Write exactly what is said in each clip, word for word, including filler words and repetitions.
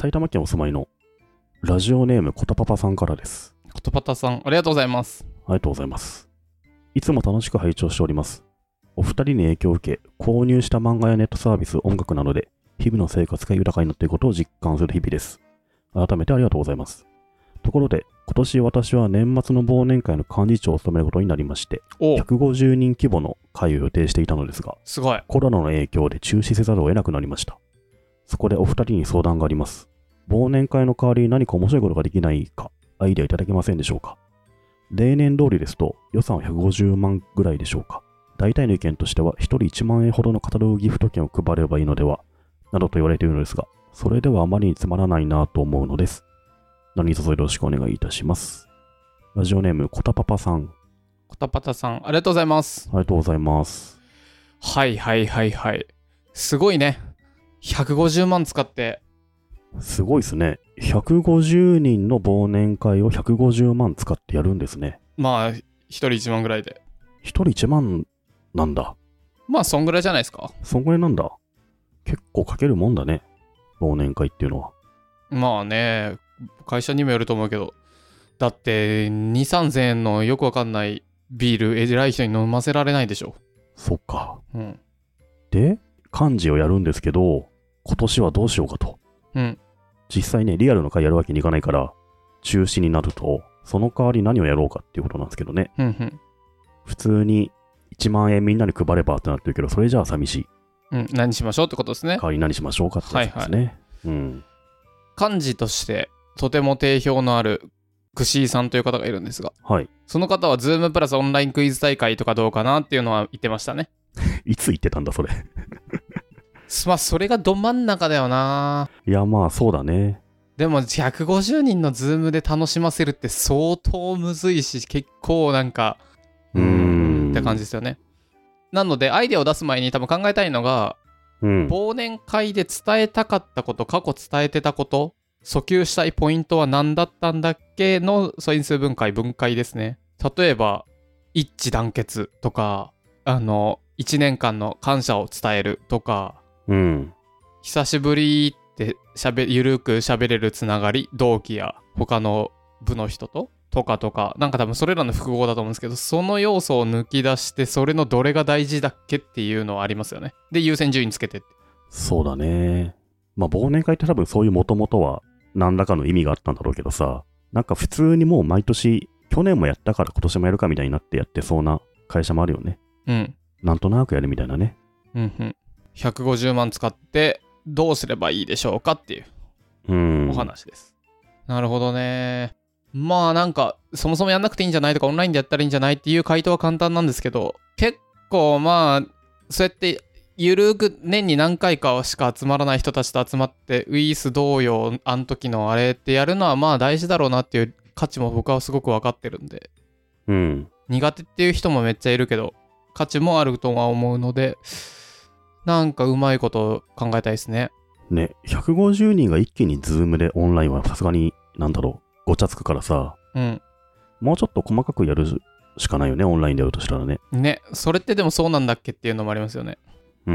埼玉県お住まいのラジオネームコタパパさんからです。 コタパタさん、ありがとうございます。 ありがとうございます。いつも楽しく拝聴しております。お二人に影響を受け、購入した漫画やネットサービス、音楽などで日々の生活が豊かになっていることを実感する日々です。改めてありがとうございます。ところで、今年私は年末の忘年会の幹事長を務めることになりまして、ひゃくごじゅうにん規模の会を予定していたのですが、 すごい。 コロナの影響で中止せざるを得なくなりました。そこでお二人に相談があります。忘年会の代わりに何か面白いことができないか、アイデアいただけませんでしょうか。例年通りですと予算はひゃくごじゅうまんぐらいでしょうか。大体の意見としてはひとりいちまんえんほどのカタログギフト券を配ればいいのではなどと言われているのですが、それではあまりにつまらないなと思うのです。何卒よろしくお願いいたします。ラジオネームコタパパさん。 コタパタさん、ありがとうございます。 ありがとうございます。 はいはいはいはい。すごいね。ひゃくごじゅうまん使って。 すごいですね。ひゃくごじゅうにんの忘年会をひゃくごじゅうまん使ってやるんですね。 まあ、ひとりいちまんぐらいで。 ひとりいちまんなんだ。 まあ、そんぐらいじゃないですか。 そんぐらいなんだ。結構かけるもんだね。忘年会っていうのは。 まあね、会社にもよると思うけど。だって、に、さんぜんえんのよくわかんないビール、偉い人に飲ませられないでしょ。 そっか。 うん。 で、幹事をやるんですけど、今年はどうしようかと。 うん。 実際ね、リアルの会やるわけにいかないから、中止になると、その代わり何をやろうかっていうことなんですけどね。 うんうん。 普通にいちまんえんみんなに配ればってなってるけど、それじゃあ寂しい。 うん、何しましょうってことですね。 代わりに何しましょうかってやつですね。はいはい、うん。 幹事としてとても定評のあるクシーさんという方がいるんですが、 はい。 その方は Zoom プラスオンラインクイズ大会とかどうかなっていうのは言ってましたね。 いつ言ってたんだそれ。 まあそれがど真ん中だよな。 いやまあそうだね。 でもひゃくごじゅうにんの Zoom で楽しませるって相当むずいし、結構なんかうーんって感じですよね。なのでアイデアを出す前に多分考えたいのが、うん、忘年会で伝えたかったこと、過去伝えてたこと、訴求したいポイントは何だったんだっけの素因数分解分解ですね。例えば一致団結とか、あのいちねんかんの感謝を伝えるとか、 うん、 久しぶりってしゃべゆるく喋れるつながり、同期や他の部の人ととかとか、なんか多分それらの複合だと思うんですけど、その要素を抜き出してそれのどれが大事だっけっていうのはありますよね。で優先順位つけてって。 そうだね。まあ忘年会って多分そういう元々は何らかの意味があったんだろうけどさ、なんか普通にもう毎年去年もやったから今年もやるかみたいになってやってそうな会社もあるよね。 うん。 なんとなくやるみたいなね。 うんうん。ひゃくごじゅうまん使ってどうすればいいでしょうかっていうお話です。なるほどね。まあなんかそもそもやんなくていいんじゃないとかオンラインでやったらいいんじゃないっていう回答は簡単なんですけど、結構まあそうやってゆるく年に何回かしか集まらない人たちと集まってウイス同様あの時のあれってやるのはまあ大事だろうなっていう価値も僕はすごく分かってるんで、 うん、 苦手っていう人もめっちゃいるけど価値もあるとは思うので、なんかうまいこと考えたいですね。 ね、ひゃくごじゅうにんが一気にズームでオンラインはさすがになんだろうごちゃつくからさ、 うん、 もうちょっと細かくやるしかないよね、オンラインでやるとしたらね。ね、 それってでもそうなんだっけっていうのもありますよね。 うん、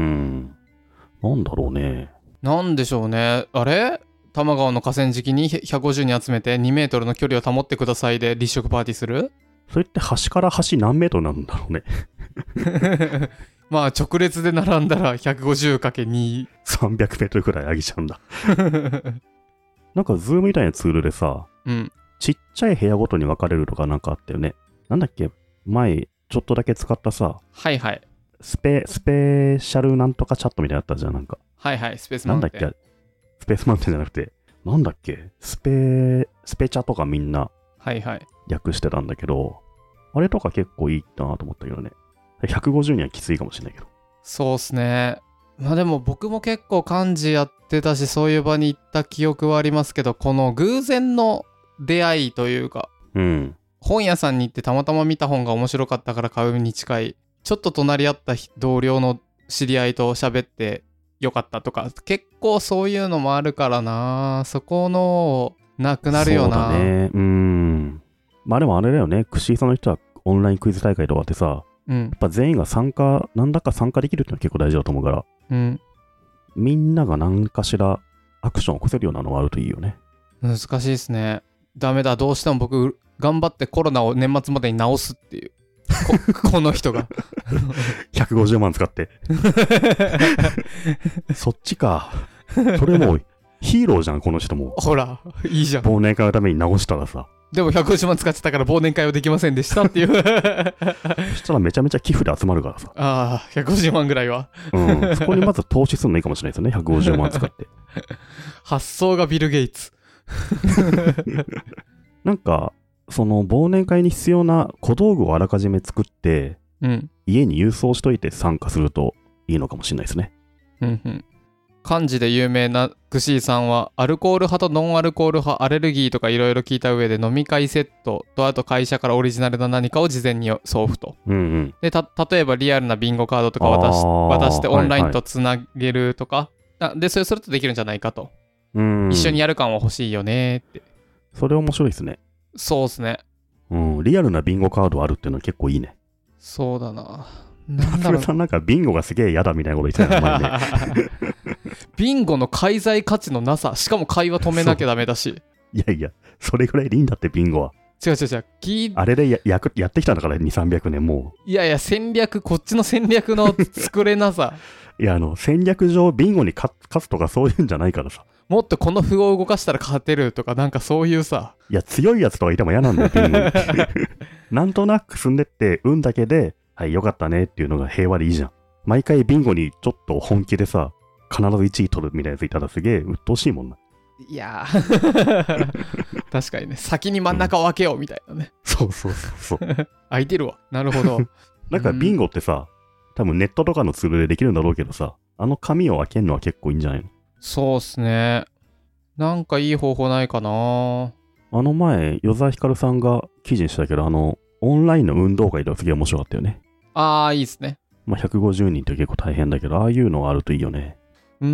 なんだろうね。 なんでしょうね。あれ多摩川の河川敷にひゃくごじゅうにん集めてにメートルの距離を保ってくださいで立食パーティーする？ それって端から端何メートルなんだろうね。 まあ直列で並んだら ひゃくごじゅうかけるにさんびゃくメートルくらい上げちゃうんだ。なんかズームみたいなツールでさ、 うん、 ちっちゃい部屋ごとに分かれるとかなんかあったよね。なんだっけ、前ちょっとだけ使ったさ、 はいはい、 スペスペシャルなんとかチャットみたいなのあったじゃん。なんかはいはい、スペースマウンテン。 なんだっけ、スペースマウンテンじゃなくてなんだっけ、スペスペチャとかみんなはいはい略してたんだけど、あれとか結構いいなと思ったけどね。ひゃくごじゅうにんはきついかもしれないけど。 そうっすね。まあでも僕も結構幹事やってたし、そういう場に行った記憶はありますけど、この偶然の出会いというか、 うん、 本屋さんに行ってたまたま見た本が面白かったから買うに近い、ちょっと隣り合った同僚の知り合いと喋ってよかったとか、結構そういうのもあるからな。そこのなくなるよな。 そうだね。うん。まあでもあれだよね。クシーさんの人はオンラインクイズ大会とかってさ、うん、やっぱ全員が参加、なんだか参加できるってのは結構大事だと思うから、 うん、 みんなが何かしらアクションを起こせるようなのがあるといいよね。 難しいですね。ダメだ、どうしても僕頑張ってコロナを年末までに治すっていうこ, この人がひゃくごじゅうまん使ってそっちか。それもうヒーローじゃん、この人も。 ほらいいじゃん。 忘年会のために直したらさ。 でもひゃくごじゅうまん使ってたから忘年会はできませんでしたっていうそしたらめちゃめちゃ寄付で集まるからさ。 ああ、ひゃくごじゅうまんぐらいはうんそこにまず投資するのいいかもしれないですよね。ひゃくごじゅうまん使って発想がビル・ゲイツなんかその忘年会に必要な小道具をあらかじめ作って、 うん、 家に郵送しといて参加するといいのかもしれないですね。 うんうん。漢字で有名なグシーさんはアルコール派とノンアルコール派、アレルギーとかいろいろ聞いた上で飲み会セットとあと会社からオリジナルな何かを事前に送付と、 うんうん、 でた例えばリアルなビンゴカードとか渡し渡してオンラインとつなげるとか、はいはい、でそれするとできるんじゃないかと。うん一緒にやる感は欲しいよねって。 それ面白いですね。 そうですね、 うん、リアルなビンゴカードあるっていうのは結構いいね。 そうだな。 なんだろう、さんなんかビンゴがすげえ嫌だみたいなこと言ってたよねビンゴの介在価値のなさ、しかも会話止めなきゃダメだし。 いやいや、それぐらいでいいんだって、ビンゴは。 違う違う違う、きあれで や, や, やってきたんだからにせんさんびゃくねんもう。いやいや、戦略、こっちの戦略の作れなさいや、あの戦略上ビンゴに勝つとかそういうんじゃないからさ。 もっとこの歩を動かしたら勝てるとか、なんかそういうさ。 いや、強いやつとかいても嫌なんだよ、ビンゴになんとなく進んでって運だけではいよかったねっていうのが平和でいいじゃん。毎回ビンゴにちょっと本気でさ必ずいちい取るみたいなやついたらすげえ鬱陶しいもんな。 いやー確かにね、先に真ん中を開けようみたいなね、 うん、そうそうそうそう開いてるわ。なるほどなんかビンゴってさ、うん、多分ネットとかのツールでできるんだろうけどさ、あの紙を開けるのは結構いいんじゃないの。 そうっすね。なんかいい方法ないかな。 あの前与沢ひかるさんが記事にしたけど、あのオンラインの運動会ではすげえ面白かったよね。 ああ、いいっすね。 まあひゃくごじゅうにんって結構大変だけど、ああいうのがあるといいよね。 うん。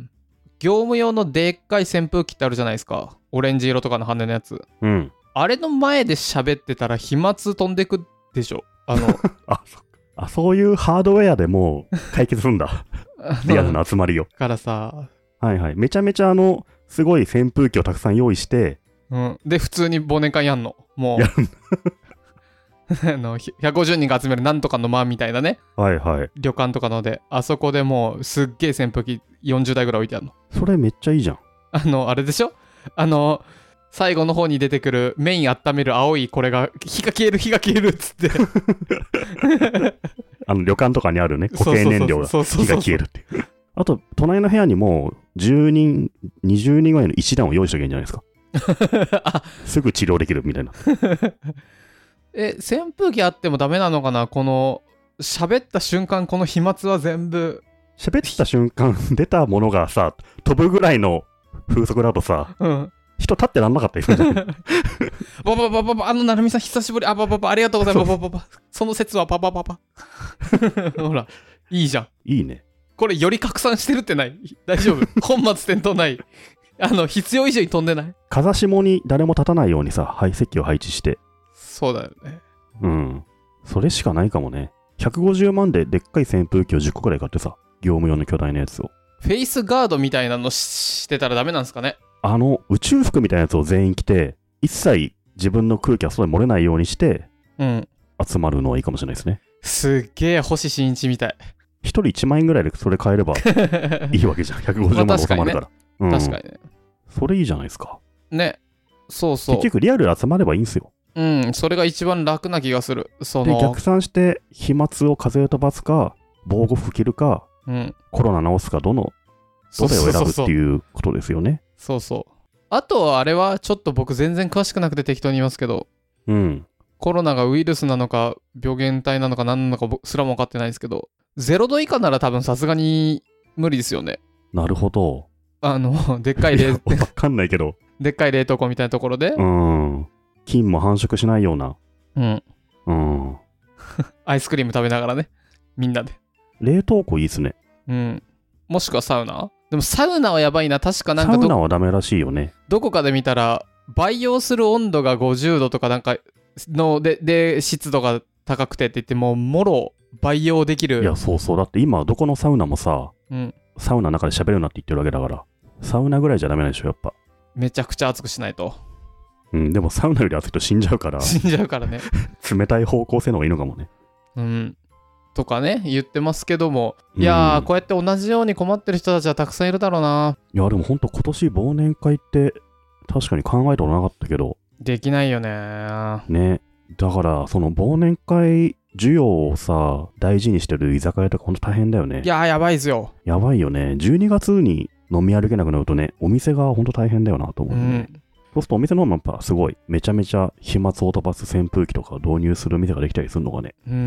業務用のでっかい扇風機ってあるじゃないですか。オレンジ色とかの羽のやつ。 うん。 あれの前で喋ってたら飛沫飛んでくでしょ。あのあ、そあ、そういうハードウェアでもう解決するんだ。リアルな集まりよ。 からさ。 はいはい。めちゃめちゃあの、すごい扇風機をたくさん用意して。 うん。で、普通に忘年会やんの。もう。 やるんだ。 あのひゃくごじゅうにんが集めるなんとかの間みたいなね。 はいはい。 旅館とかので、あそこでもうすっげえ扇風機よんじゅうだいぐらい置いてあるの。 それめっちゃいいじゃん。 あの、あれでしょ、あの、最後の方に出てくるメイン温める青いこれが火が消える火が消えるっつってあの旅館とかにあるね、固形燃料が火が消えるっていう。あと隣の部屋にもうじゅうにんにじゅうにんぐらいの一段を用意しとけばいいんじゃないですかすぐ治療できるみたいなえ、扇風機あってもダメなのかな。この喋った瞬間この飛沫は全部喋った瞬間出たものがさ飛ぶぐらいの風速だとさ、うん、人立ってらんなかったりするじゃんバババババあの成美さん久しぶり、あバババありがとうございますババババその説はババババほらいいじゃん。 いいね。 これより拡散してるってない？大丈夫本末転倒ない？あの必要以上に飛んでない？ 風下に誰も立たないようにさ排席を配置して。 そうだよね。 うん。それしかないかもね。ひゃくごじゅうまんででっかい扇風機をじゅっこくらい買ってさ、業務用の巨大なやつを。 フェイスガードみたいなの し, してたらダメなんですかね。 あの宇宙服みたいなやつを全員着て、一切自分の空気は外に漏れないようにして、うん、集まるのはいいかもしれないですね。 すっげえ星新一みたい。 一人いちまんえんぐらいでそれ買えればいいわけじゃん。ひゃくごじゅうまんで収まるから。 まあ、確かにね、うん。 それいいじゃないですか。 ね。そうそう。 結局リアルで集まればいいんすよ。 うん、それが一番楽な気がする。そので逆算して飛沫を風を飛ばすか防護服着るか、うん、コロナ治すかどのどれを選ぶっていうことですよね。 そうそう。あとあれはちょっと僕全然詳しくなくて適当に言いますけど、うん、コロナがウイルスなのか病原体なのか何なのかすらも分かってないですけど、ゼロど以下なら多分さすがに無理ですよね。 なるほど。 あのでっかい冷分かんないけどでっかい冷凍庫みたいなところで、 うん菌も繁殖しないような。うん。うん。 アイスクリーム食べながらね。みんなで。 冷凍庫いいっすね。 うん。もしくはサウナ？でもサウナはやばいな。確かなんかサウナはダメらしいよね。 どこかで見たら、培養する温度がごじゅうどとかなんかので、で、湿度が高くてって言って、もうもろ培養できる。 いや、そうそう。だって今どこのサウナもさ、うん、サウナの中で喋るなって言ってるわけだから。 サウナぐらいじゃダメなんでしょ、やっぱ。 めちゃくちゃ熱くしないと。 うん、でもサウナより熱いと死んじゃうから。 死んじゃうからね。 冷たい方向性の方がいいのかもね。 うん。とかね、言ってますけども。いやー、うん、こうやって同じように困ってる人たちはたくさんいるだろうな。 いや、でもほんと今年忘年会って確かに考えたことなかったけど。 できないよね。 ね。だから、その忘年会需要をさ、大事にしてる居酒屋とかほんと大変だよね。 いやー、やばいっすよ。 やばいよね。じゅうにがつに飲み歩けなくなるとね、お店がほんと大変だよなと思うね。うん、そうするとお店の方もやっぱすごい、めちゃめちゃ飛沫を飛ばす扇風機とか導入する店ができたりするのがね。 うん。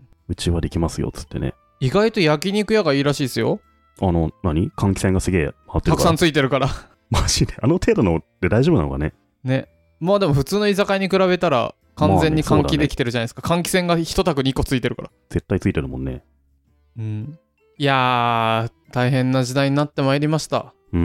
うちはできますよ、つってね。 意外と焼肉屋がいいらしいですよ。 あの、何換気扇がすげえ張ってるから。 たくさんついてるから。 マジで。あの程度ので大丈夫なのかね。 ね。まあでも普通の居酒屋に比べたら、完全に換気できてるじゃないですか。まあね、ね、換気扇が一択にこついてるから。 絶対ついてるもんね。 うん。いやー、大変な時代になってまいりました。 うん。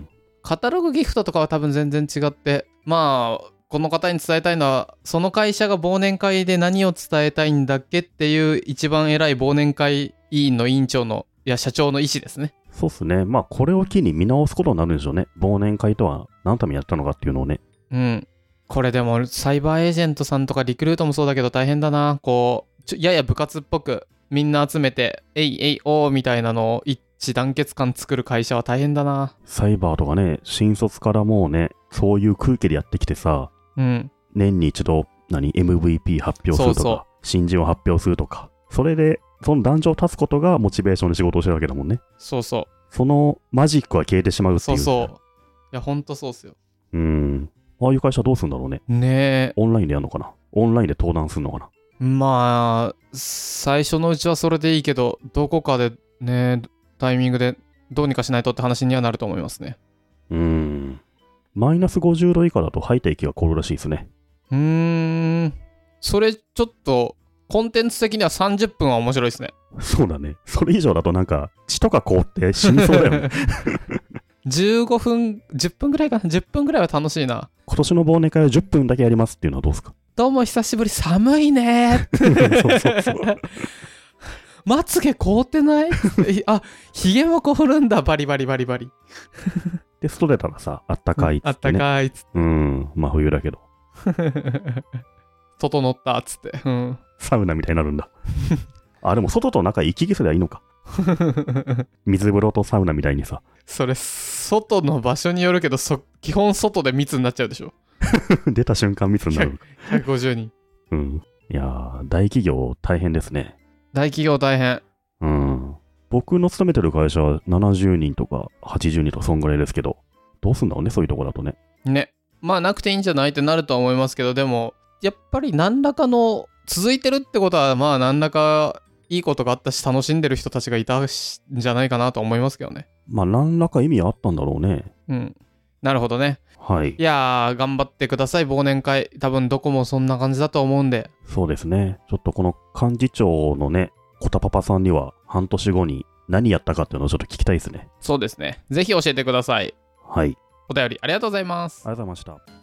カタログギフトとかは多分全然違って、まあ、この方に伝えたいのは、その会社が忘年会で何を伝えたいんだっけっていう一番偉い忘年会委員の委員長の、いや、社長の意思ですね。 そうっすね。まあ、これを機に見直すことになるんでしょうね。忘年会とは何のためにやったのかっていうのをね。 うん。これでも、サイバーエージェントさんとかリクルートもそうだけど大変だな。こう、ちょやや部活っぽく、みんな集めて、えいえいおーみたいなのを一致団結感作る会社は大変だな。 サイバーとかね、新卒からもうね、そういう空気でやってきてさ、 うん。 年に一度、何、エムブイピー 発表するとか、そうそう新人を発表するとか、それで、その壇上を立つことがモチベーションで仕事をしてるわけだもんね。 そうそう。 そのマジックは消えてしまうっていう。 そうそう。いや、ほんとそうっすよ。 うん。ああいう会社どうするんだろうね。 ねえ。 オンラインでやるのかな。オンラインで登壇するのかな。 まあ、最初のうちはそれでいいけど、どこかでね、タイミングでどうにかしないとって話にはなると思いますね。 うーん。マイナスごじゅうど以下だと吐いた息が凍るらしいですね。 うーん。それちょっと、コンテンツ的にはさんじゅっぷんは面白いですね。 そうだね。それ以上だとなんか、血とか凍って死にそうだよね。 じゅうごふん、じゅっぷんぐらいかな。じゅっぷんぐらいは楽しいな。 今年の忘年会はじゅっぷんだけやりますっていうのはどうですか？ どうも久しぶり、寒いねそうそうそう。 まつげ凍ってないあ、ひげも凍るんだ、バリバリバリバリ。 で、外出たらさ、あったかいっつって、ね。 あったかいっつって。 うん、真冬だけど。 整ったっつって。うん。 サウナみたいになるんだ。あ、でも外と中行き来すればいいのか。水風呂とサウナみたいにさ。 それ、外の場所によるけど、そ基本外で密になっちゃうでしょ。 出た瞬間密になる。 ひゃくごじゅうにん。 うん。いやー、大企業大変ですね。 大企業大変。 うん。僕の勤めてる会社はななじゅうにんとかはちじゅうにんとかそんぐらいですけど、どうすんだろうね、そういうとこだとね。 ね。まあなくていいんじゃないってなるとは思いますけど、でも、やっぱり何らかの続いてるってことは、まあ何らかいいことがあったし、楽しんでる人たちがいたんじゃないかなと思いますけどね。 まあ何らか意味あったんだろうね。 うん。なるほどね。 はい。 いやー、頑張ってください、忘年会。多分どこもそんな感じだと思うんで。 そうですね。ちょっとこの幹事長のね、コタパパさんには半年後に何やったかっていうのをちょっと聞きたいですね。 そうですね。ぜひ教えてください。 はい。 お便りありがとうございます。 ありがとうございました。